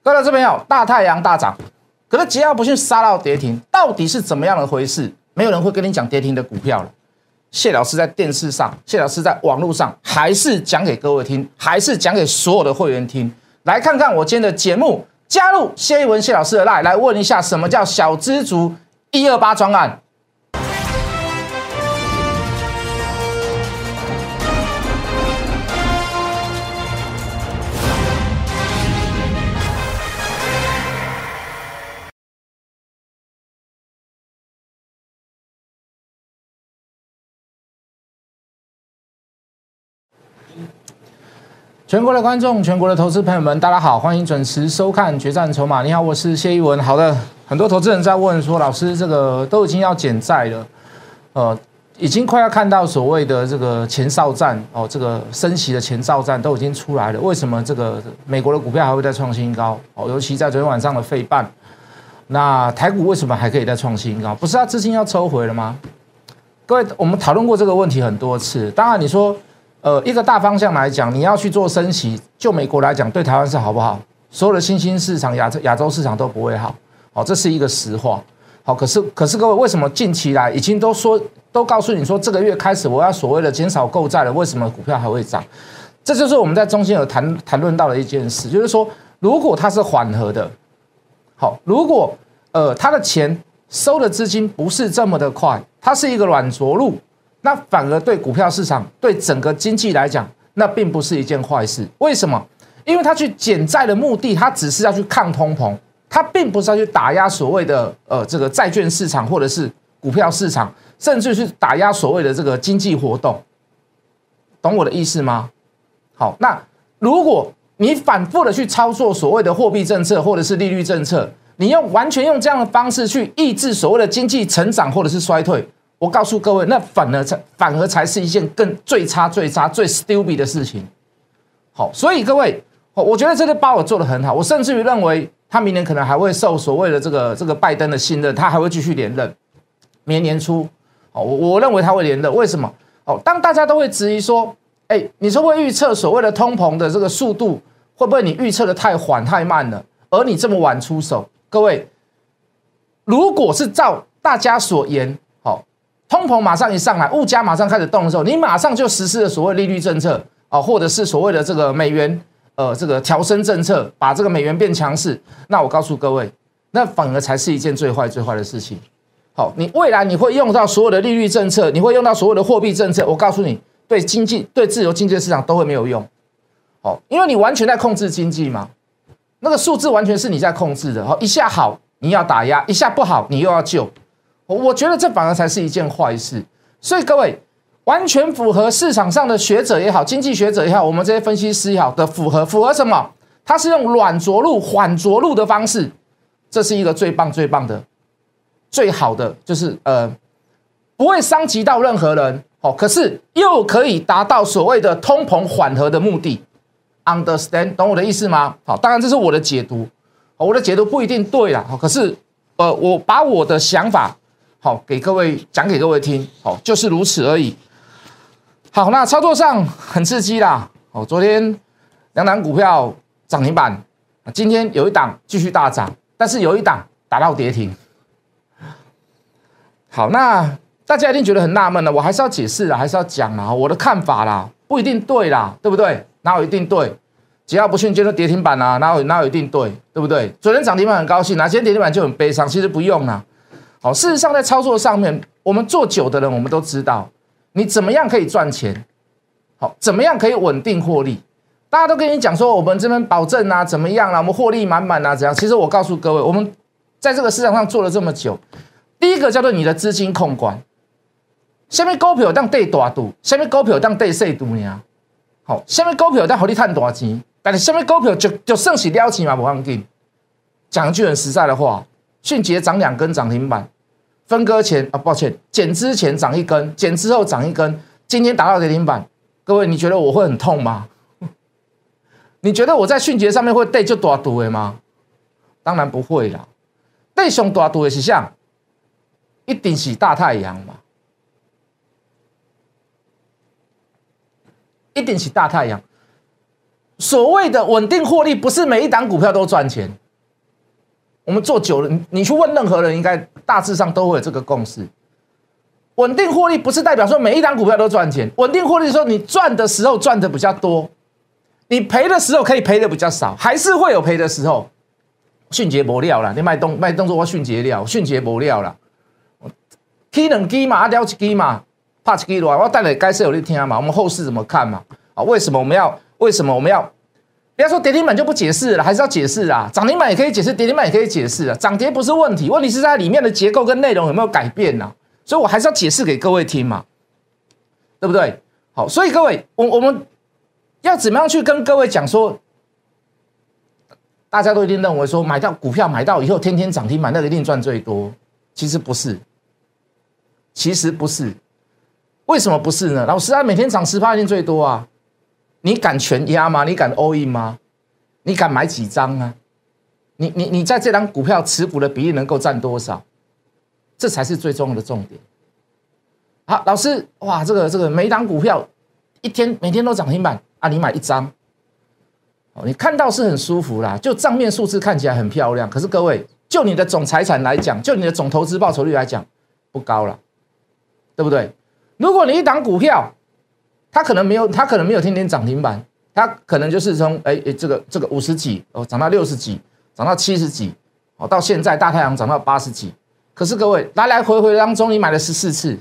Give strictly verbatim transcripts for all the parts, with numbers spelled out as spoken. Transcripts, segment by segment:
各位投资朋友，大太阳大涨，可是桀骜不驯杀到跌停，到底是怎么样的回事？没有人会跟你讲跌停的股票了。谢老师在电视上，谢老师在网络上，还是讲给各位听，还是讲给所有的会员听。来看看我今天的节目，加入谢一文谢老师的 LINE， 来问一下什么叫小资族一二八专案。全国的观众，全国的投资朋友们，大家好，欢迎准时收看《决战筹码》。你好，我是谢一文。好的，很多投资人在问说，老师，这个都已经要减债了，呃，已经快要看到所谓的这个前哨战哦，这个升息的前哨战都已经出来了，为什么这个美国的股票还会再创新高？哦，尤其在昨天晚上的费半，那台股为什么还可以再创新高？不是它资金要抽回了吗？各位，我们讨论过这个问题很多次。当然，你说。呃，一个大方向来讲，你要去做升息，就美国来讲，对台湾是好不好？所有的新兴市场、亚洲亚洲市场都不会好，好，这是一个实话。好，可是可是各位，为什么近期来已经都说都告诉你说，这个月开始我要所谓的减少购债了，为什么股票还会涨？这就是我们在中间有谈谈论到的一件事，就是说，如果它是缓和的，好，如果呃它的钱收的资金不是这么的快，它是一个软着陆。那反而对股票市场、对整个经济来讲，那并不是一件坏事。为什么？因为他去减债的目的，他只是要去抗通膨，他并不是要去打压所谓的呃这个债券市场或者是股票市场，甚至是打压所谓的这个经济活动。懂我的意思吗？好，那如果你反复的去操作所谓的货币政策或者是利率政策，你用完全用这样的方式去抑制所谓的经济成长或者是衰退。我告诉各位，那反而才反而才是一件更最差、最差、最 stupid 的事情。好，所以各位，我觉得这个鲍尔做得很好，我甚至于认为他明年可能还会受所谓的这个这个拜登的信任，他还会继续连任。明年初，哦，我我认为他会连任。为什么？哦，当大家都会质疑说，哎，你说会预测所谓的通膨的这个速度，会不会你预测的太缓太慢了？而你这么晚出手，各位，如果是照大家所言。通膨马上一上来，物价马上开始动的时候，你马上就实施了所谓利率政策啊，或者是所谓的这个美元呃这个调升政策，把这个美元变强势。那我告诉各位，那反而才是一件最坏最坏的事情。好，你未来你会用到所有的利率政策，你会用到所有的货币政策，我告诉你，对经济对自由经济市场都会没有用。好，因为你完全在控制经济嘛，那个数字完全是你在控制的。好，一下好你要打压，一下不好你又要救。我觉得这反而才是一件坏事，所以各位完全符合市场上的学者也好，经济学者也好，我们这些分析师也好的符合，符合什么？它是用软着陆、缓着陆的方式，这是一个最棒、最棒的、最好的，就是呃不会伤及到任何人，哦，可是又可以达到所谓的通膨缓和的目的。Understand， 懂我的意思吗？好，当然这是我的解读，我的解读不一定对啦，可是呃我把我的想法。好，给各位讲给各位听，好，就是如此而已。好，那操作上很刺激啦。哦，昨天两档股票涨停板，今天有一档继续大涨，但是有一档打到跌停。好，那大家一定觉得很纳闷了，我还是要解释啦，还是要讲啦，我的看法啦，不一定对啦，对不对？哪有一定对？桀骜不驯，今天跌停板啊，哪有哪有一定对，对不对？昨天涨停板很高兴，哪今天跌停板就很悲伤，其实不用啦。好，事实上，在操作上面，我们做久的人，我们都知道，你怎么样可以赚钱，好，怎么样可以稳定获利。大家都跟你讲说，我们这边保证啊，怎么样啊，我们获利满满啊，怎样？其实我告诉各位，我们在这个市场上做了这么久，第一个叫做你的资金控管。什么股票当对大赌，什么股票当对小赌呢？好，什么股票当让你赚大钱，但是什么股票就就算是了钱嘛，不要紧。讲一句很实在的话，迅捷涨两根涨停板。分割前啊，抱歉，减之前涨一根，减之后涨一根，今天打到跌停板。各位，你觉得我会很痛吗？你觉得我在迅捷上面会对就大赌的吗？当然不会啦。对上大赌的是啥？一定是大太阳嘛，一定是大太阳。 所谓的稳定获利，不是每一档股票都赚钱。我们做久了，你去问任何人，应该大致上都会有这个共识。稳定获利不是代表说每一档股票都赚钱，稳定获利的时候，你赚的时候赚的比较多，你赔的时候可以赔的比较少，还是会有赔的时候。迅捷无了啦，你卖动卖动作我迅捷了，迅捷无了啦。起两支嘛，啊了一支嘛，拍一支落来，我等下解释有你听嘛。我们后市怎么看嘛？啊，为什么我们要？为什么我们要？不要说跌停板就不解释了，还是要解释啊。涨停板也可以解释，跌停板也可以解释啊。涨跌不是问题，问题是在里面的结构跟内容有没有改变呐、啊？所以我还是要解释给各位听嘛，对不对？好，所以各位，我我们要怎么样去跟各位讲说？大家都一定认为说买到股票买到以后天天涨停板那个一定赚最多，其实不是，其实不是，为什么不是呢？老师啊，每天涨 百分之十 一定最多啊，你敢全压吗？你敢 all in 吗？你敢买几张啊？你你你在这张股票持股的比例能够占多少？这才是最重要的重点。好，老师，哇，这个这个每一档股票一天每天都涨停板啊，你买一张。你看到是很舒服啦，就账面数字看起来很漂亮，可是各位，就你的总财产来讲，就你的总投资报酬率来讲，不高了，对不对？如果你一档股票，它可能没有，它可能没有天天涨停板，它可能就是从哎哎这个这个五十几哦涨到六十几，涨到七十几，哦到现在大太阳涨到八十几，可是各位来来回回当中，你买了十四次，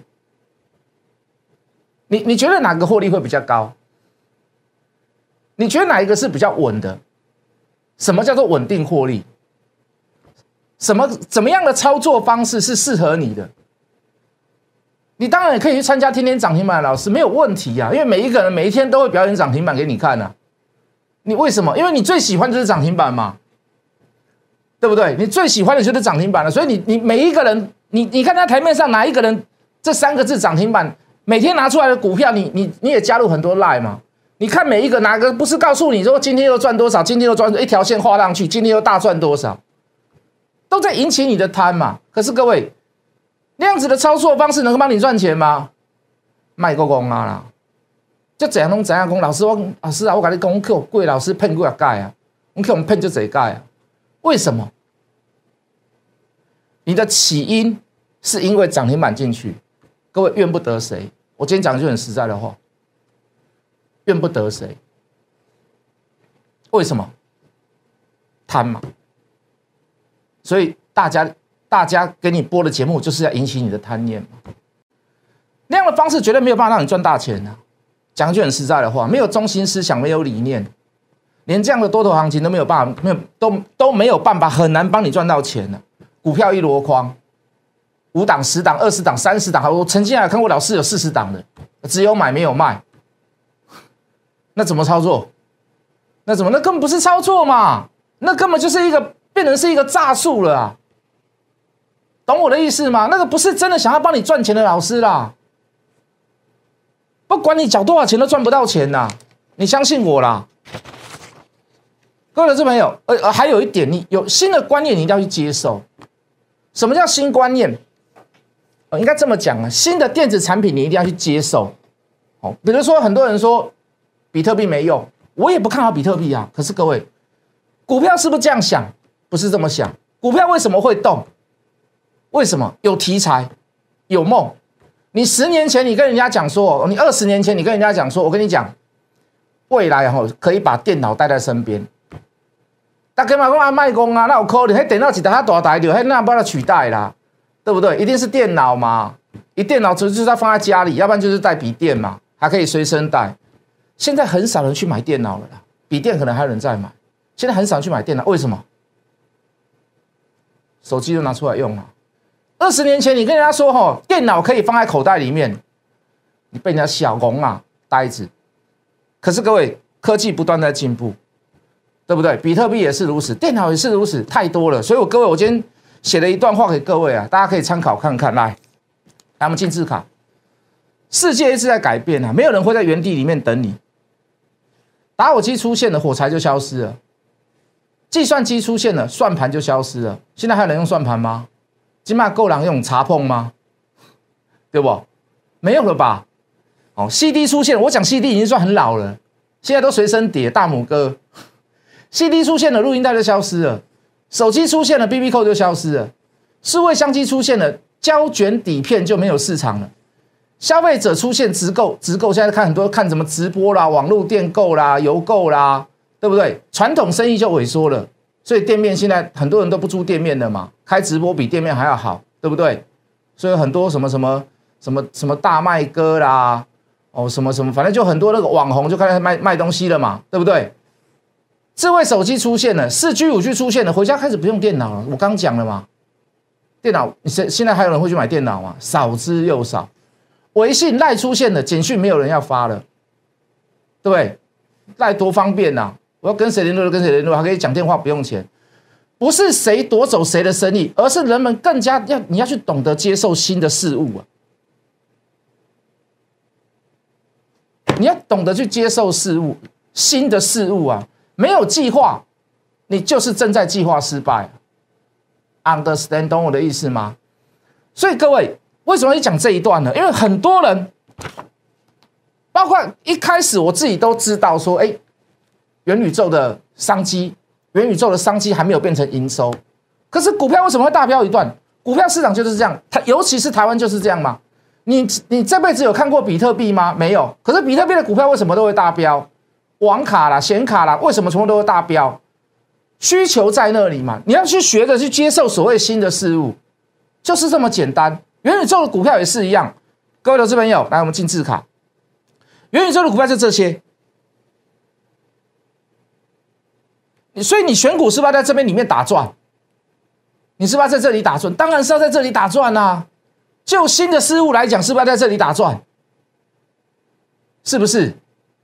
你你觉得哪个获利会比较高？你觉得哪一个是比较稳的？什么叫做稳定获利？什么怎么样的操作方式是适合你的？你当然也可以去参加天天涨停板的老师，没有问题啊，因为每一个人每一天都会表演涨停板给你看啊。你为什么？因为你最喜欢的就是涨停板嘛，对不对？你最喜欢的就是涨停板了，所以你你每一个人，你你看他台面上哪一个人这三个字涨停板，每天拿出来的股票，你你你也加入很多 line 嘛。你看每一个哪个不是告诉你说今天又赚多少，今天又赚一条线画上去，今天又大赚多少，都在引起你的贪嘛。可是各位，那样子的操作方式能够帮你赚钱吗？卖够公啊啦，就怎样弄怎样讲。老师我老师啊，我跟你讲，我去贵老师骗过盖啊，我去我们骗就这盖啊。为什么？你的起因是因为涨停板进去，各位怨不得谁。我今天讲的就很实在的话。怨不得谁？为什么？贪嘛。所以大家大家给你播的节目就是要引起你的贪念嘛。那样的方式绝对没有办法让你赚大钱啊！讲句很实在的话，没有中心思想，没有理念，连这样的多头行情都没有办法，没有都都没有办法，很难帮你赚到钱呢、啊。股票一箩筐，五档、十档、二十档、三十档，我曾经还看过老师有四十档的，只有买没有卖。那怎么操作？那怎么？那根本不是操作嘛，那根本就是一个变成是一个诈术了啊！懂我的意思吗？那个不是真的想要帮你赚钱的老师啦，不管你缴多少钱都赚不到钱呐！你相信我啦，各位投资朋友，呃呃，还有一点，你有新的观念，你一定要去接受。什么叫新观念？呃，应该这么讲啊，新的电子产品你一定要去接受。哦，比如说很多人说。比特币没用，我也不看好比特币啊。可是各位，股票是不是这样想？不是这么想。股票为什么会动？为什么？有题材，有梦。你十年前你跟人家讲说，你二十年前你跟人家讲说，我跟你讲，未来哈可以把电脑带在身边。大家嘛讲啊，卖讲啊，那有可能，迄电脑一台大台的，迄那把它取代啦，对不对？一定是电脑嘛，一电脑就是要放在家里，要不然就是带笔电嘛，还可以随身带。现在很少人去买电脑了啦，笔电可能还有人在买，现在很少人去买电脑，为什么？手机就拿出来用了。二十年前你跟人家说吼，电脑可以放在口袋里面，你被人家笑红啊，呆子。可是各位，科技不断在进步，对不对？比特币也是如此，电脑也是如此，太多了。所以我各位，我今天写了一段话给各位啊，大家可以参考看看。来，来我们进字卡。世界一直在改变啊，没有人会在原地里面等你。打火机出现了，火柴就消失了；计算机出现了，算盘就消失了。现在还有人用算盘吗？今麦够人用查碰吗？对不？没有了吧？哦 ，C D 出现了，我讲 C D 已经算很老了。 现在都随身碟，大拇哥 ，C D 出现了，录音带就消失了，手机出现了 ，B B 扣就消失了，数位相机出现了，胶卷底片就没有市场了。消费者出现直购，直购现在看很多看什么直播啦、网络电购啦、邮购啦，对不对？传统生意就萎缩了，所以店面现在很多人都不租店面了嘛，开直播比店面还要好，对不对？所以很多什么什么什么什么大麦哥啦，哦什么什么，反正就很多那个网红就开始卖卖东西了嘛，对不对？智慧手机出现了，四 G、五 G 出现了，回家开始不用电脑了。我刚讲了嘛，电脑现现在还有人会去买电脑吗？少之又少。微信赖出现了，简讯没有人要发了，对不对？赖多方便啊！我要跟谁联络就跟谁联络，还可以讲电话不用钱。不是谁夺走谁的生意，而是人们更加要你要去懂得接受新的事物啊！你要懂得去接受事物，新的事物啊！没有计划，你就是正在计划失败。Understand 懂我的意思吗？所以各位。为什么要讲这一段呢？因为很多人，包括一开始我自己都知道说，哎，元宇宙的商机，元宇宙的商机还没有变成营收，可是股票为什么会大飙一段？股票市场就是这样，它尤其是台湾就是这样嘛。你你这辈子有看过比特币吗？没有。可是比特币的股票为什么都会大飙？网卡啦、显卡啦，为什么全部都会大飙？需求在那里嘛，你要去学着去接受所谓新的事物，就是这么简单。元宇宙的股票也是一样，各位投资朋友，来我们进字卡。元宇宙的股票就这些，所以你选股是不是要在这边里面打转？你是不是要在这里打转？当然是要在这里打转啊！就新的事物来讲，是不是要在这里打转？是不是？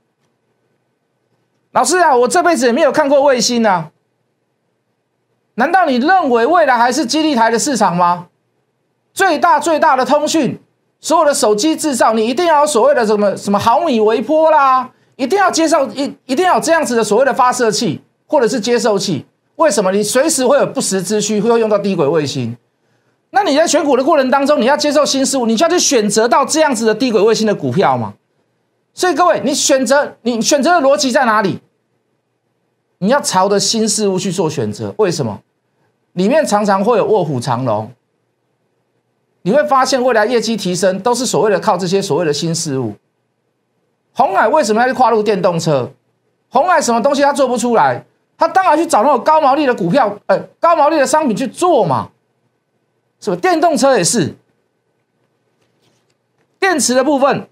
老师啊，我这辈子也没有看过卫星啊，难道你认为未来还是基地台的市场吗？最大最大的通讯，所有的手机制造，你一定要有所谓的什么什么毫米微波啦，一定要接受一一定要有这样子的所谓的发射器或者是接收器。为什么？你随时会有不时之需，会用到低轨卫星。那你在选股的过程当中，你要接受新事物，你就要去选择到这样子的低轨卫星的股票嘛。所以各位，你选择你选择的逻辑在哪里？你要朝着新事物去做选择。为什么？里面常常会有卧虎藏龙。你会发现未来业绩提升都是所谓的靠这些所谓的新事物。鸿海为什么要去跨入电动车？鸿海什么东西他做不出来？他当然去找那种高毛利的股票，呃，高毛利的商品去做嘛。是不是？电动车也是，电池的部分，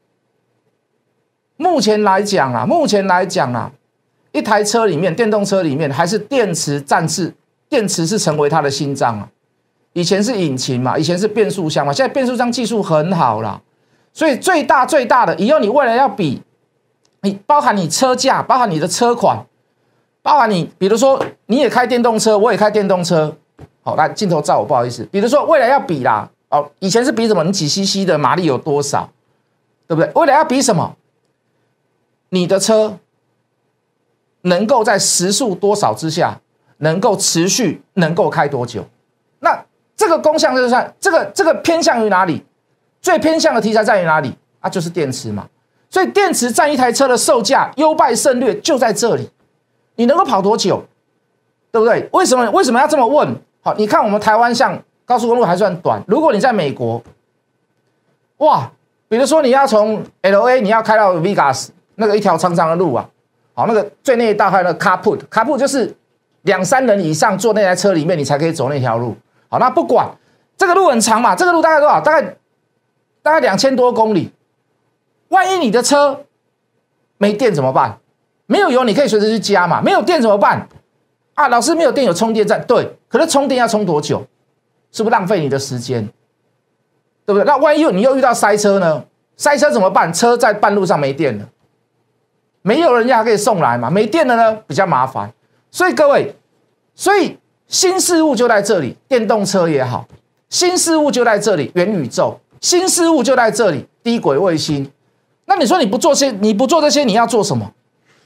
目前来讲啊，目前来讲啊，一台车里面，电动车里面还是电池占是电池是成为它的心脏啊。以前是引擎嘛，以前是变速箱嘛，现在变速箱技术很好啦，所以最大最大的，以后你未来要比，你包含你车价，包含你的车款，包含你，比如说你也开电动车，我也开电动车，好，来镜头照我，不好意思，比如说未来要比啦，哦，以前是比什么？你几 C C 的马力有多少，对不对？未来要比什么？你的车能够在时速多少之下，能够持续，能够开多久？那这个功效就是算这个这个偏向于哪里？最偏向的题材在于哪里啊？就是电池嘛。所以电池占一台车的售价优败胜劣就在这里。你能够跑多久？对不对？为什么为什么要这么问？好，你看我们台湾像高速公路还算短，如果你在美国，哇，比如说你要从 L A 你要开到 Vegas 那个一条长长的路啊，好，那个最内大还有那个 carport，carport 就是两三人以上坐那台车里面你才可以走那条路。好，那不管这个路很长嘛，这个路大概多少？大概大概两千多公里。万一你的车没电怎么办？没有油，你可以随时去加嘛。没有电怎么办？啊，老师没有电有充电站，对，可是充电要充多久？是不是浪费你的时间？对不对？那万一你又遇到塞车呢？塞车怎么办？车在半路上没电了，没有人家可以送来嘛。没电了呢，比较麻烦。所以各位，所以。新事物就在这里，电动车也好，新事物就在这里，元宇宙，新事物就在这里，低轨卫星。那你说你不做些，你不做这些，你要做什么？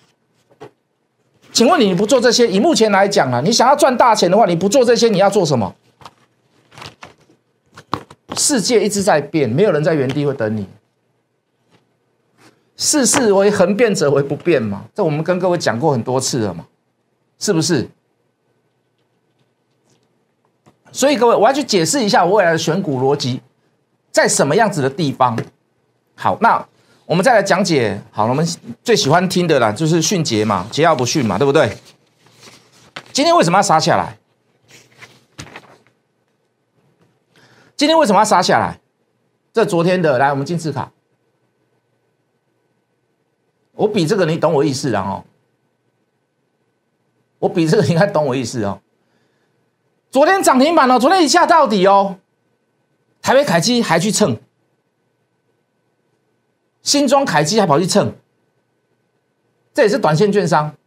请问你不做这些，以目前来讲啊，你想要赚大钱的话，你不做这些，你要做什么？世界一直在变，没有人在原地会等你。 世事为恒变者为不变嘛，这我们跟各位讲过很多次了嘛，是不是？所以各位，我要去解释一下我未来的选股逻辑在什么样子的地方。好，那我们再来讲解。好，我们最喜欢听的啦，就是迅捷嘛，桀骜不驯嘛，对不对？今天为什么要杀下来？今天为什么要杀下来？这昨天的，来，我们进字卡。我比这个你懂我意思啦哦，我比这个你应该懂我意思哦。昨天涨停板哦，昨天一下到底哦，台北凯基还去蹭，新庄凯基还跑去蹭，这也是短线券商，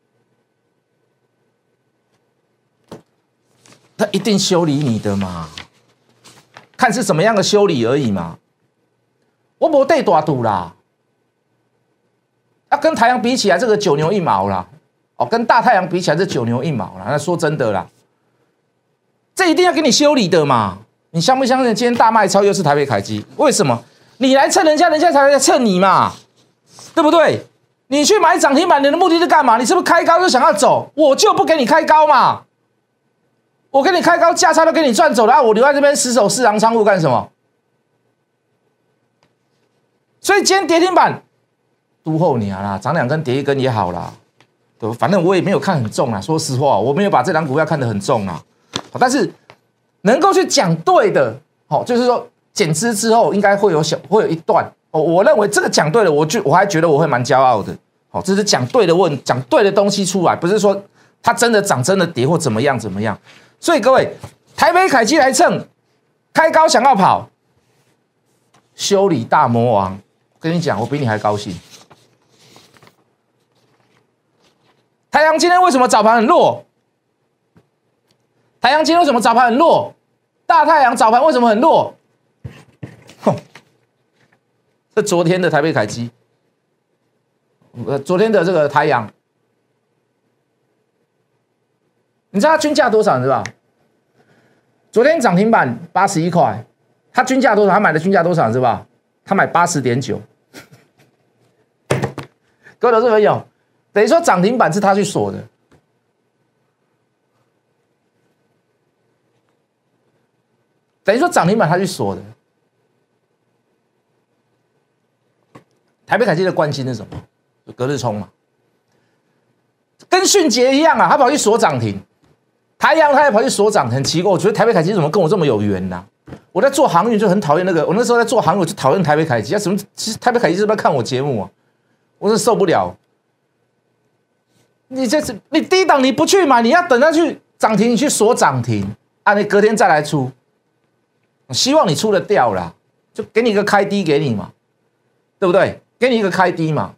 他一定修理你的嘛，看是什么样的修理而已嘛，我没带大赌啦。啊，跟太阳比起来，这个九牛一毛啦，哦，跟大太阳比起来，这九牛一毛啦。那说真的啦，这一定要给你修理的嘛。你相不相信？今天大卖超又是台北凯基，为什么？你来蹭人家，人家才来蹭你嘛，对不对？你去买涨停板，你的目的是干嘛？你是不是开高就想要走？我就不给你开高嘛，我给你开高，价差都给你赚走了，啊、我留在这边死守四行仓库干什么？所以今天跌停板。都后年啦，涨两根跌一根也好啦，对，反正我也没有看很重啦。说实话，我没有把这档股票看得很重啦。但是能够去讲对的，好，就是说减资之后应该会有小会有一段，哦，我认为这个讲对了，我就我还觉得我会蛮骄傲的。好，这是讲对的问，讲对的东西出来，不是说它真的涨真的跌或怎么样怎么样。所以各位，台北凯基来蹭，开高想要跑，修理大魔王，我跟你讲，我比你还高兴。太阳今天为什么早盘很弱？太阳今天为什么早盘很弱？大太阳早盘为什么很弱？这昨天的台北凯基，呃，昨天的这个太阳，你知道它均价多少是吧？昨天涨停板八十一块，它均价多少？他买的均价多少是吧？他买八十点九。各位投资朋友。等于说涨停板是他去锁的，等于说涨停板他去锁的。台北凯基的惯性是什么？就隔日冲嘛，跟迅捷一样啊，他跑去锁涨停，太阳他也跑去锁涨停，很奇怪，我觉得台北凯基怎么跟我这么有缘呢、啊？我在做航运就很讨厌那个，我那时候在做航运我就讨厌台北凯基，啊什么？其实台北凯基是不是在看我节目啊？我是受不了。你这是你低档你不去买，你要等它去涨停，你去锁涨停啊，你隔天再来出，希望你出得掉啦，就给你一个开低给你嘛，对不对？给你一个开低嘛，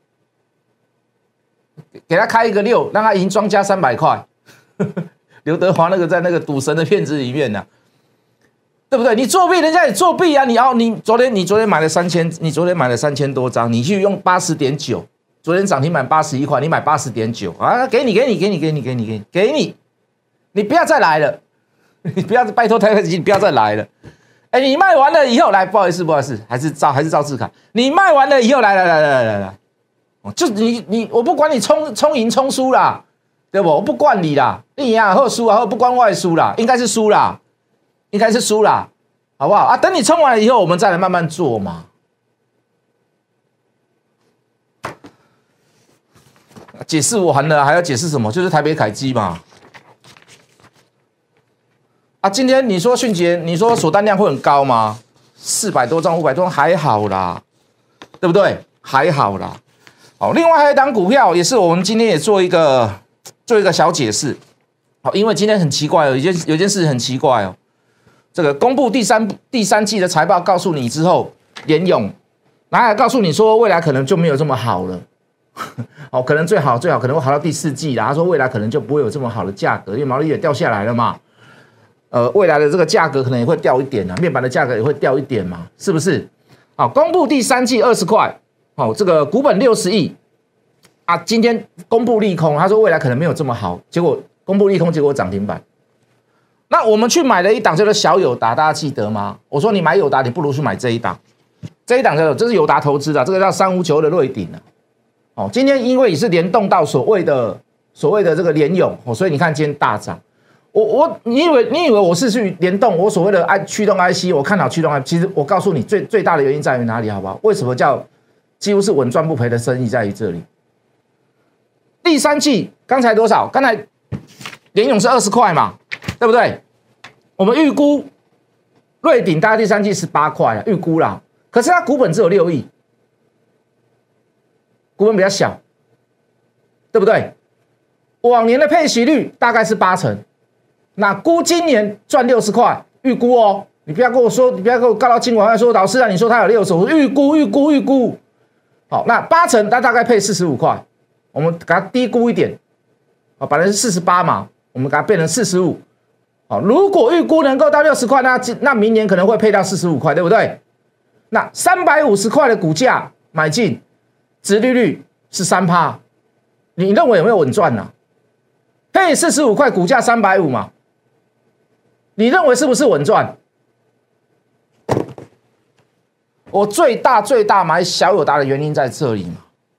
给他开一个六，让他赢庄家三百块。刘德华那个在那个赌神的片子里面呢、啊，对不对？你作弊，人家也作弊啊！你要你昨天你昨天买了三千，你昨天买了三千多张，你去用八十点九。昨天涨停板八十一块，你买八十点九啊，给你，给你，给你，给你，给你，给你，给你，你不要再来了，你不要拜托台北基金，你不要再来了。哎，你卖完了以后来，不好意思，不好意思，还是照还是照字卡。你卖完了以后来来来来来来，就你你我不管你冲冲赢冲输啦，对不？我不管你啦，你赢啊或输啊或不关外输啦，应该是输啦，应该是输啦，好不好啊？等你冲完了以后，我们再来慢慢做嘛。解释完了，还要解释什么？就是台北凯基嘛。啊，今天你说迅捷，你说锁单量会很高吗？四百多张、五百多张还好啦，对不对？还好啦。好，另外还有一档股票，也是我们今天也做一个做一个小解释。好，因为今天很奇怪哦，有件有件事很奇怪哦。这个公布第三第三季的财报，告诉你之后，联咏拿来告诉你说，未来可能就没有这么好了。哦，可能最好最好可能会好到第四季啦。他说未来可能就不会有这么好的价格，因为毛利也掉下来了嘛。呃，未来的这个价格可能也会掉一点啊，面板的价格也会掉一点嘛，是不是？好，公布第三季二十块，好，这个股本六十亿啊。今天公布利空，他说未来可能没有这么好，结果公布利空，结果涨停板。那我们去买了一档叫做小友达，大家记得吗？我说你买友达，你不如去买这一档。 这一档叫做这是友达投资的，这个叫三五九二的瑞鼎啊。哦，今天因为也是联动到所谓的所谓的这个联咏，哦，所以你看今天大涨。我我你以为你以为我是去联动我所谓的 I 驱动 I C， 我看好驱动 I C， 其实我告诉你最最大的原因在于哪里，好不好？为什么叫几乎是稳赚不赔的生意在于这里？第三季刚才多少？刚才联咏是二十块嘛，对不对？我们预估瑞鼎大概第三季十八块啊，预估啦。可是它股本只有六亿，股本比较小，对不对？往年的配息率大概是八成，那估今年赚六十块，预估哦。你不要跟我说，你不要跟我告到今晚上说，老师啊，你说它有六十，我说预估预估预估。好，那八成它大概配四十五块，我们给它低估一点，啊，本来是四十八嘛，我们给它变成四十五。好，如果预估能够到六十块，那那明年可能会配到四十五块，对不对？那三百五十块的股价买进，殖利率是 百分之三， 你认为有没有稳赚呢？配四十五块，股价三百五嘛，你認為是不是穩賺？我最大最大買小友達的原因在這裡嘛，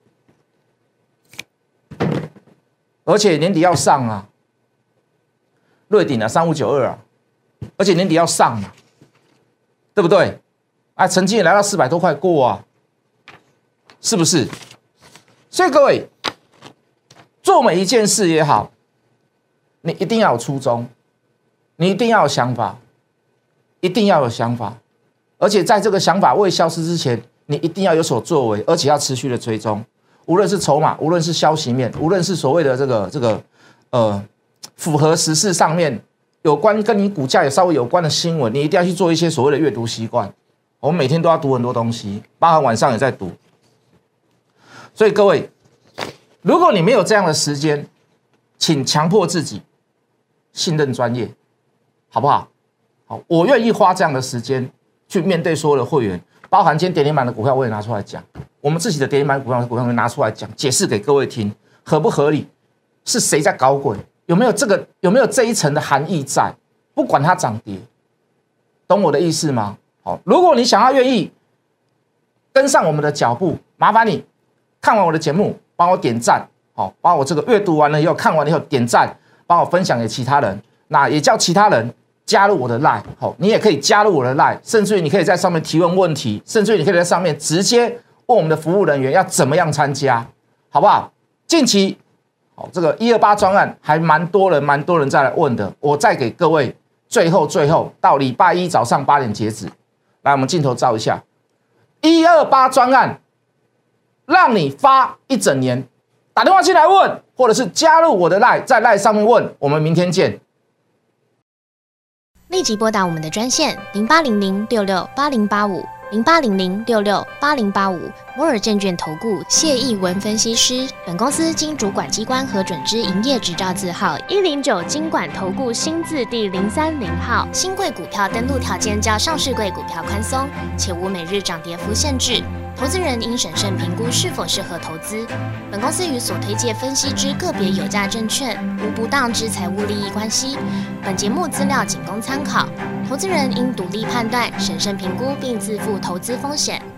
而且年底要上啊，瑞鼎啊三五九二啊，而且年底要上嘛，對不對？啊，曾經也來到四百多塊過啊，是不是？所以各位做每一件事也好，你一定要有初衷，你一定要有想法，一定要有想法，而且在这个想法未消失之前，你一定要有所作为，而且要持续的追踪。无论是筹码，无论是消息面，无论是所谓的这个这个呃符合时事上面有关跟你股价有稍微有关的新闻，你一定要去做一些所谓的阅读习惯。我们每天都要读很多东西，包含晚上也在读。所以各位，如果你没有这样的时间，请强迫自己信任专业，好不好？好，我愿意花这样的时间去面对所有的会员，包含今天跌停板的股票，我也拿出来讲。我们自己的跌停板股票，股票会拿出来讲，解释给各位听，合不合理？是谁在搞鬼？有没有这个？有没有这一层的含义在？不管它涨跌，懂我的意思吗？好，如果你想要愿意跟上我们的脚步，麻烦你看完我的节目，帮我点赞，好，帮我这个阅读完了以后，看完了以后点赞，帮我分享给其他人，那也叫其他人加入我的 LINE， 好，你也可以加入我的 LINE， 甚至于你可以在上面提问问题，甚至于你可以在上面直接问我们的服务人员要怎么样参加，好不好？近期，好，这个一二八专案还蛮多人，蛮多人在来问的，我再给各位最后最后到礼拜一早上八点截止，来，我们镜头照一下，一二八专案，让你发一整年，打电话进来问，或者是加入我的 LINE， 在 LINE 上面问，我们明天见。 立即拨打我们的专线零八零零六六八零八五零八零零六六八零八五摩尔证券投顾谢逸文分析师。本公司经主管机关核准之营业执照字号一零九金管投顾新字第零三零号。新贵股票登录条件较上市贵股票宽松，且无每日涨跌幅限制。投资人应审慎评估是否适合投资。本公司与所推介分析之个别有价证券无不当之财务利益关系。本节目资料仅供参考，投资人应独立判断、审慎评估并自负投资风险。